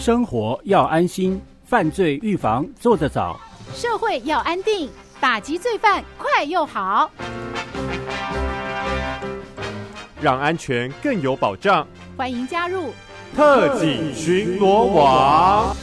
生活要安心，犯罪预防做得早， 社会要安定，打击罪犯快又好， 让安全更有保障。 欢迎加入特警巡逻网。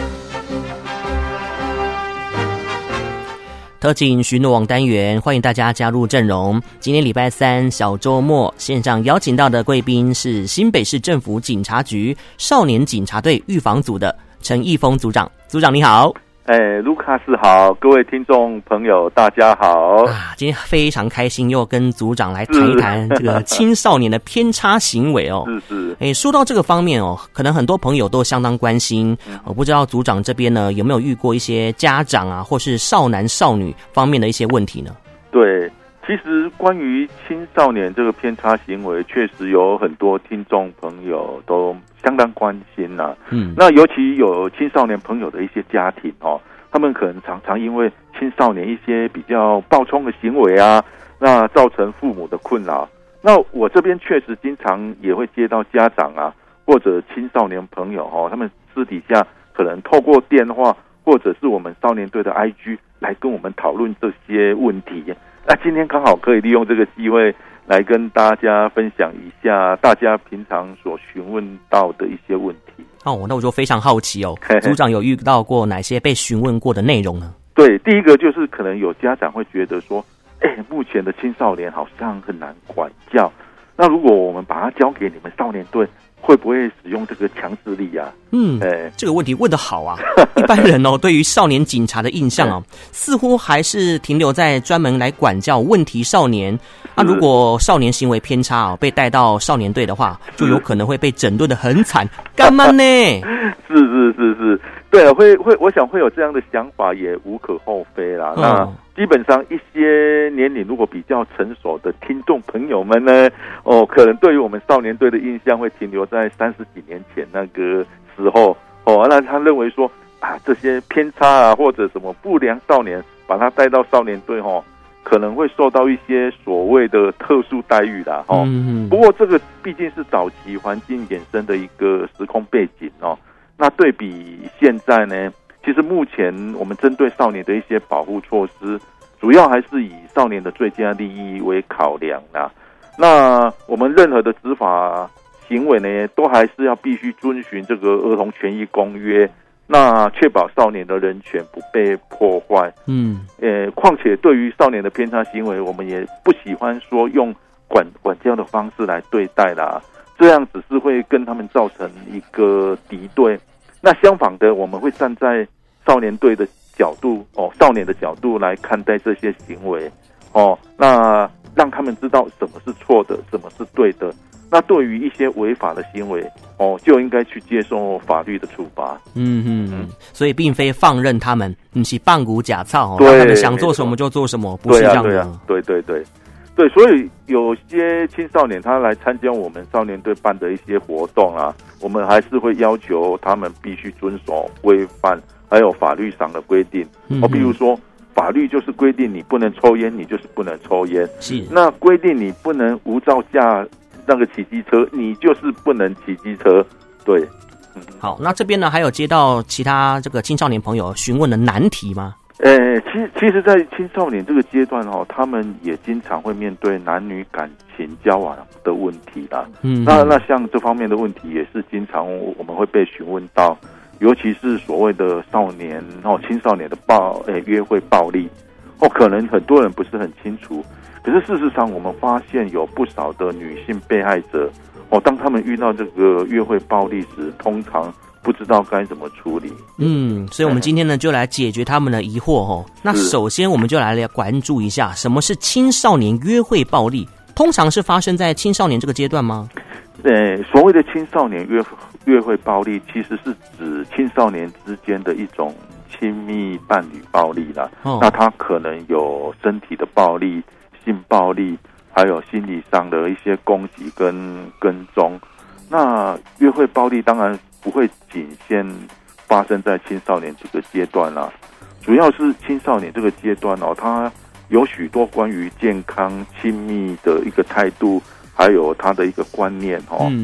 特警巡逻网单元，欢迎大家加入阵容。今天礼拜三小周末，线上邀请到的贵宾是新北市政府警察局少年警察队预防组的陈义峰组长。组长你好。 卢卡斯好，各位听众朋友大家好今天非常开心又跟组长来谈一谈这个青少年的偏差行为哦。 是说到这个方面哦，可能很多朋友都相当关心。我不知道组长这边呢有没有遇过一些家长啊，或是少男少女方面的一些问题呢？ 对，其实关于青少年这个偏差行为，确实有很多听众朋友都相当关心呐。那尤其有青少年朋友的一些家庭哦，他们可能常常因为青少年一些比较暴冲的行为啊，那造成父母的困扰。那我这边确实经常也会接到家长啊，或者青少年朋友哦，他们私底下可能透过电话或者是我们少年队的 IG 来跟我们讨论这些问题。那今天刚好可以利用这个机会来跟大家分享一下大家平常所询问到的一些问题。 那我就非常好奇哦，组长有遇到过哪些被询问过的内容呢？ 对，第一个就是可能有家长会觉得说，目前的青少年好像很难管教，那如果我们把它交给你们少年队，会不会使用这个强制力啊？ 这个问题问得好啊！一般人哦，对于少年警察的印象哦，似乎还是停留在专门来管教问题少年。如果少年行为偏差哦，被带到少年队的话，就有可能会被整顿得很惨，干嘛呢？ 是，对啊，我想会有这样的想法也无可厚非啦。那基本上一些年龄如果比较成熟的听众朋友们呢，可能对于我们少年队的印象会停留在30几年前那个时候那他认为说这些偏差啊或者什么不良少年把他带到少年队可能会受到一些所谓的特殊待遇啦不过这个毕竟是早期环境衍生的一个时空背景那对比现在呢，其实目前我们针对少年的一些保护措施，主要还是以少年的最佳利益为考量啦。那我们任何的执法行为呢，都还是要必须遵循这个儿童权益公约，那确保少年的人权不被破坏。况且对于少年的偏差行为，我们也不喜欢说用管教的方式来对待啦，这样只是会跟他们造成一个敌对。那相反的，我们会站在少年队的角度少年的角度来看待这些行为那让他们知道什么是错的，什么是对的。那对于一些违法的行为就应该去接受法律的处罚。 所以并非放任他们，不是放虎假草让他们想做什么就做什么，不是这样的。 对，所以有些青少年他来参加我们少年队办的一些活动啊，我们还是会要求他们必须遵守规范，还有法律上的规定。比如说法律就是规定你不能抽烟，你就是不能抽烟；那规定你不能无照驾那个骑机车，你就是不能骑机车。对， 好，那这边呢还有接到其他这个青少年朋友询问的难题吗？ 其实在青少年这个阶段他们也经常会面对男女感情交往的问题啦。那像这方面的问题也是经常我们会被询问到，尤其是所谓的少年青少年的约会暴力可能很多人不是很清楚，可是事实上我们发现有不少的女性被害者当他们遇到这个约会暴力时，通常不知道该怎么处理。 所以我们今天呢就来解决他们的疑惑那首先我们就来关注一下什么是青少年约会暴力，通常是发生在青少年这个阶段吗？ 所谓的青少年约会暴力，其实是指青少年之间的一种亲密伴侣暴力啦。那它可能有身体的暴力、性暴力，还有心理上的一些攻击跟跟踪。那约会暴力当然不会仅限发生在青少年这个阶段啦，主要是青少年这个阶段它有许多关于健康亲密的一个态度，还有他的一个观念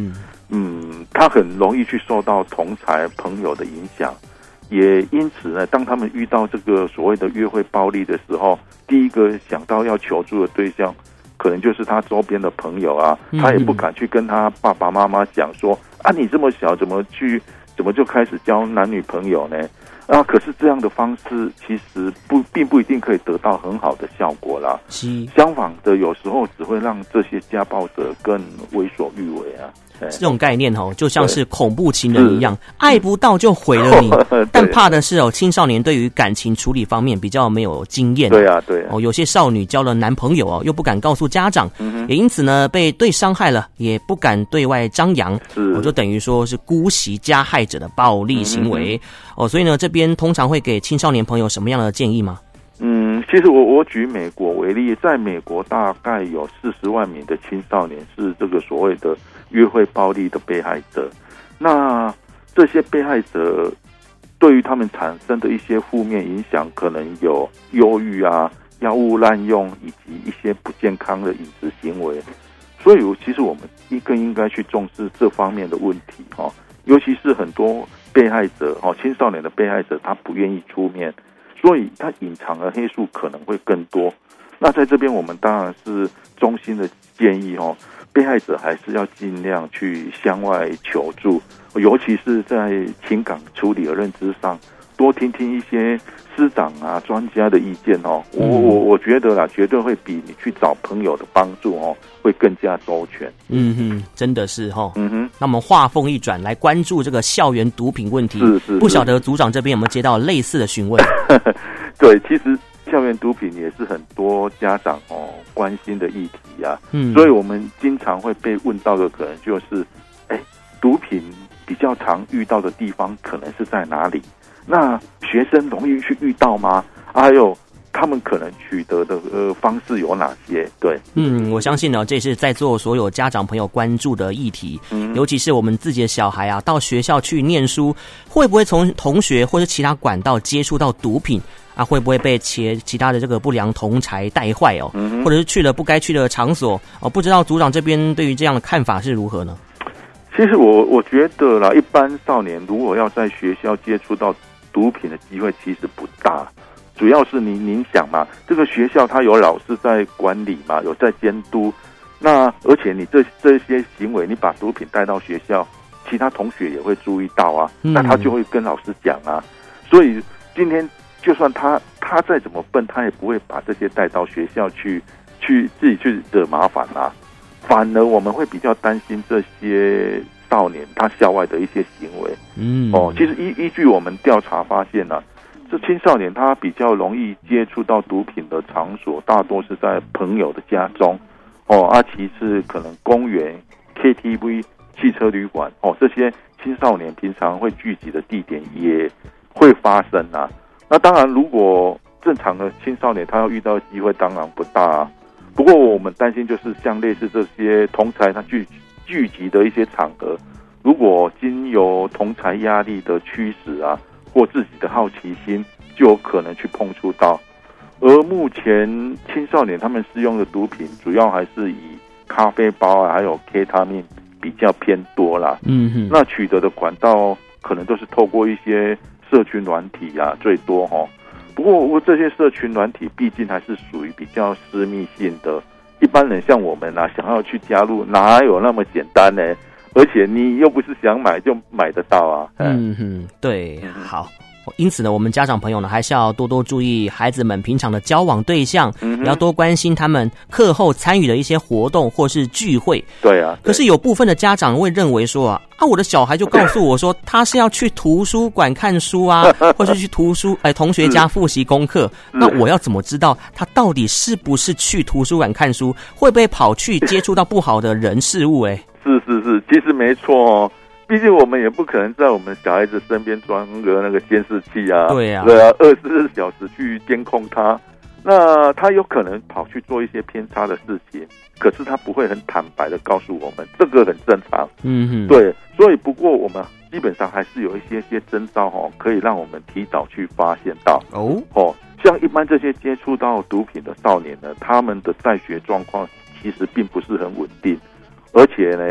他很容易去受到同侪朋友的影响，也因此呢，当他们遇到这个所谓的约会暴力的时候，第一个想到要求助的对象，可能就是他周边的朋友啊，他也不敢去跟他爸爸妈妈讲说啊，你这么小怎么就开始交男女朋友呢？啊，可是这样的方式其实并不一定可以得到很好的效果啦。相反的，有时候只会让这些家暴者更为所欲为啊。 这种概念就像是恐怖情人一样，爱不到就毁了你。但怕的是青少年对于感情处理方面比较没有经验。 对啊。 有些少女交了男朋友又不敢告诉家长，也因此呢被对伤害了，也不敢对外张扬。就等于说是姑息加害者的暴力行为。所以呢这边通常会给青少年朋友什么样的建议吗？ 其实我举美国为例，在美国大概有40万名的青少年是这个所谓的约会暴力的被害者。那这些被害者对于他们产生的一些负面影响，可能有忧郁啊、药物滥用以及一些不健康的饮食行为。所以其实我们更应该去重视这方面的问题尤其是很多被害者青少年的被害者，他不愿意出面，所以他隐藏的黑数可能会更多。那在这边我们当然是衷心的建议被害者还是要尽量去向外求助，尤其是在情感处理和认知上，多听听一些师长啊、专家的意见我觉得啦，绝对会比你去找朋友的帮助会更加周全。 真的是那我们话锋一转，来关注这个校园毒品问题。是不晓得组长这边有没有接到类似的询问？ 对，其实校园毒品也是很多家长关心的议题啊。所以我们经常会被问到的可能就是毒品比较常遇到的地方可能是在哪里？那学生容易去遇到吗？还有他们可能取得的方式有哪些？对， 我相信呢，这是在座所有家长朋友关注的议题。尤其是我们自己的小孩啊，到学校去念书，会不会从同学或者其他管道接触到毒品啊？会不会被其他的这个不良同侪带坏或者是去了不该去的场所不知道组长这边对于这样的看法是如何呢？ 其实我觉得啦，一般少年如果要在学校接触到毒品的机会其实不大，主要是您想嘛，这个学校它有老师在管理嘛，有在监督，那而且你这些行为，你把毒品带到学校，其他同学也会注意到啊，那他就会跟老师讲啊，所以今天就算他再怎么笨，他也不会把这些带到学校去自己去惹麻烦啊。反而我们会比较担心这些少年他校外的一些行为。其实依据我们调查发现啊，这青少年他比较容易接触到毒品的场所，大多是在朋友的家中其次可能公园、KTV、汽车旅馆这些青少年平常会聚集的地点也会发生啊。那当然，如果正常的青少年他要遇到的机会当然不大啊。不过我们担心就是像类似这些同侪他聚集的一些场合，如果经由同侪压力的驱使啊，或自己的好奇心，就有可能去碰触到。而目前青少年他们使用的毒品，主要还是以咖啡包还有 K 他命比较偏多啦。那取得的管道可能都是透过一些社群软体啊，最多不过这些社群软体毕竟还是属于比较私密性的，一般人像我们想要去加入，哪有那么简单呢？而且你又不是想买就买得到啊。 对，好。因此呢，我们家长朋友呢，还是要多多注意孩子们平常的交往对象，也要多关心他们课后参与的一些活动或是聚会。 对啊。 可是有部分的家长会认为说我的小孩就告诉我说他是要去图书馆看书啊，或是去同学家复习功课。那我要怎么知道他到底是不是去图书馆看书，会不会跑去接触到不好的人事物？ 是，其实没错毕竟我们也不可能在我们小孩子身边装个那个监视器啊，对啊，24小时去监控他。那他有可能跑去做一些偏差的事情，可是他不会很坦白的告诉我们，这个很正常。对，所以不过我们基本上还是有一些征兆可以让我们提早去发现到。像一般这些接触到毒品的少年呢，他们的在学状况其实并不是很稳定，而且呢，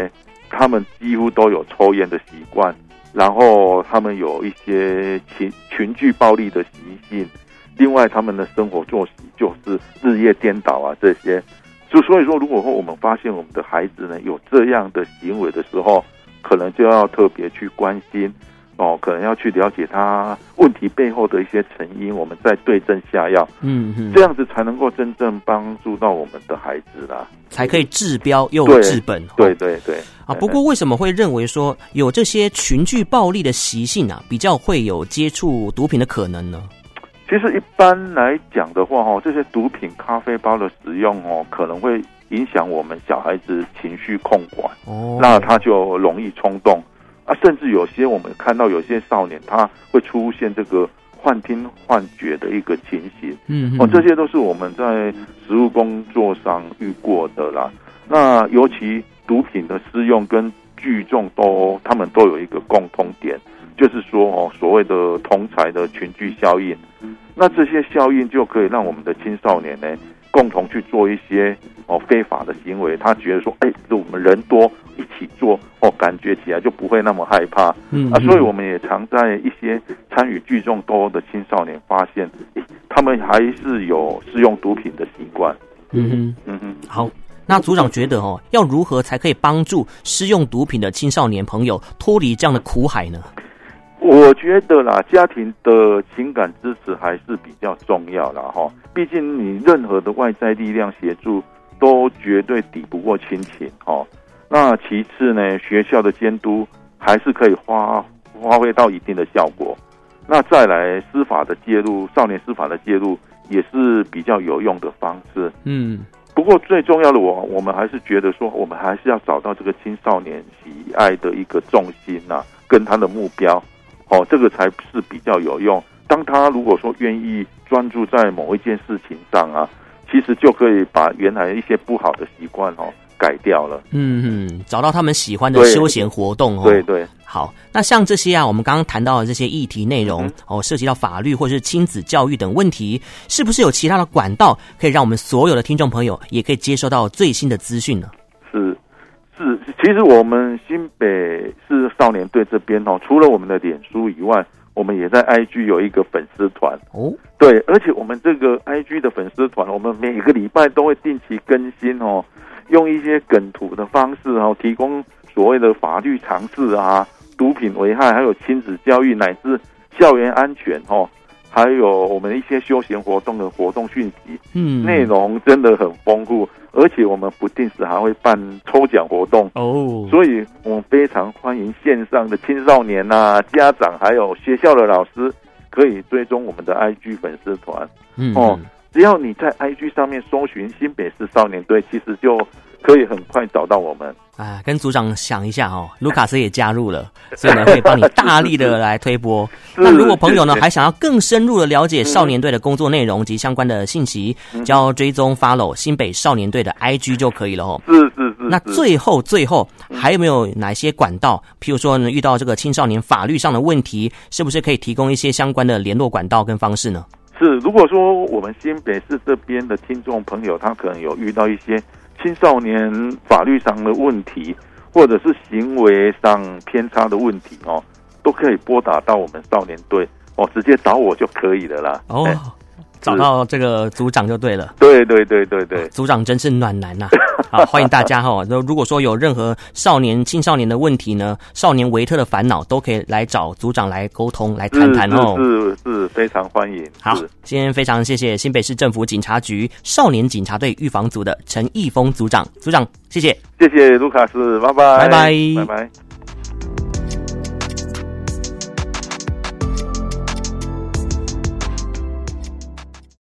他们几乎都有抽烟的习惯，然后他们有一些群聚暴力的习性，另外他们的生活作息就是日夜颠倒啊，这些。所以说，如果说我们发现我们的孩子呢有这样的行为的时候，可能就要特别去关心哦，可能要去了解他问题背后的一些成因，我们再对症下药，这样子才能够真正帮助到我们的孩子啦， 才可以治标又治本。 对对对啊，不过为什么会认为说有这些群聚暴力的习性啊，比较会有接触毒品的可能呢？ 其实一般来讲的话，这些毒品、咖啡包的使用可能会影响我们小孩子情绪控管，那他就容易冲动啊，甚至有些我们看到有些少年他会出现这个幻听幻觉的一个情形，这些都是我们在实务工作上遇过的啦。那尤其毒品的施用跟聚众他们都有一个共通点，就是说所谓的同侪的群聚效应。那这些效应就可以让我们的青少年呢共同去做一些非法的行为，他觉得说我们人多一起做感觉起来就不会那么害怕，所以我们也常在一些参与聚众斗殴的青少年发现他们还是有使用毒品的习惯。 好，那组长觉得要如何才可以帮助施用毒品的青少年朋友脱离这样的苦海呢？ 我觉得啦，家庭的情感支持还是比较重要啦齁，毕竟你任何的外在力量协助都绝对抵不过亲情齁。那其次呢，学校的监督还是可以发挥到一定的效果。那再来司法的介入，少年司法的介入也是比较有用的方式。不过最重要的我们还是觉得说，我们还是要找到这个青少年喜爱的一个重心啊，跟他的目标。这个才是比较有用。当他如果说愿意专注在某一件事情上啊，其实就可以把原来一些不好的习惯改掉了。 找到他们喜欢的休闲活动。 对对。 好，那像这些我们刚刚谈到的这些议题内容涉及到法律或是亲子教育等问题，是不是有其他的管道可以让我们所有的听众朋友也可以接收到最新的资讯呢？是，其实我们新北市少年队这边除了我们的脸书以外，我们也在 IG 有一个粉丝团对，而且我们这个 IG 的粉丝团，我们每个礼拜都会定期更新用一些梗图的方式提供所谓的法律常识啊、毒品危害，还有亲子教育乃至校园安全还有我们一些休闲活动的活动讯息，内容真的很丰富，而且我们不定时还会办抽奖活动所以我们非常欢迎线上的青少年啊、家长还有学校的老师可以追踪我们的 IG 粉丝团只要你在 IG 上面搜寻新北市少年队，其实就可以很快找到我们。跟组长想一下卢卡斯也加入了，所以呢会帮你大力的来推播。那如果朋友呢还想要更深入的了解少年队的工作内容及相关的信息，就要追踪 follow 新北少年队的 IG 就可以了是。那最后还有没有哪些管道，譬如说呢遇到这个青少年法律上的问题，是不是可以提供一些相关的联络管道跟方式呢？是，如果说我们新北市这边的听众朋友，他可能有遇到一些青少年法律上的问题，或者是行为上偏差的问题都可以拨打到我们少年队直接找我就可以了啦。找到这个组长就对了。对，组长真是暖男好，欢迎大家如果说有任何青少年的问题呢，少年维特的烦恼，都可以来找组长来沟通来谈谈是非常欢迎。好，今天非常谢谢新北市政府警察局少年警察队预防组的陈义峰组长，谢谢卢卡斯，拜拜。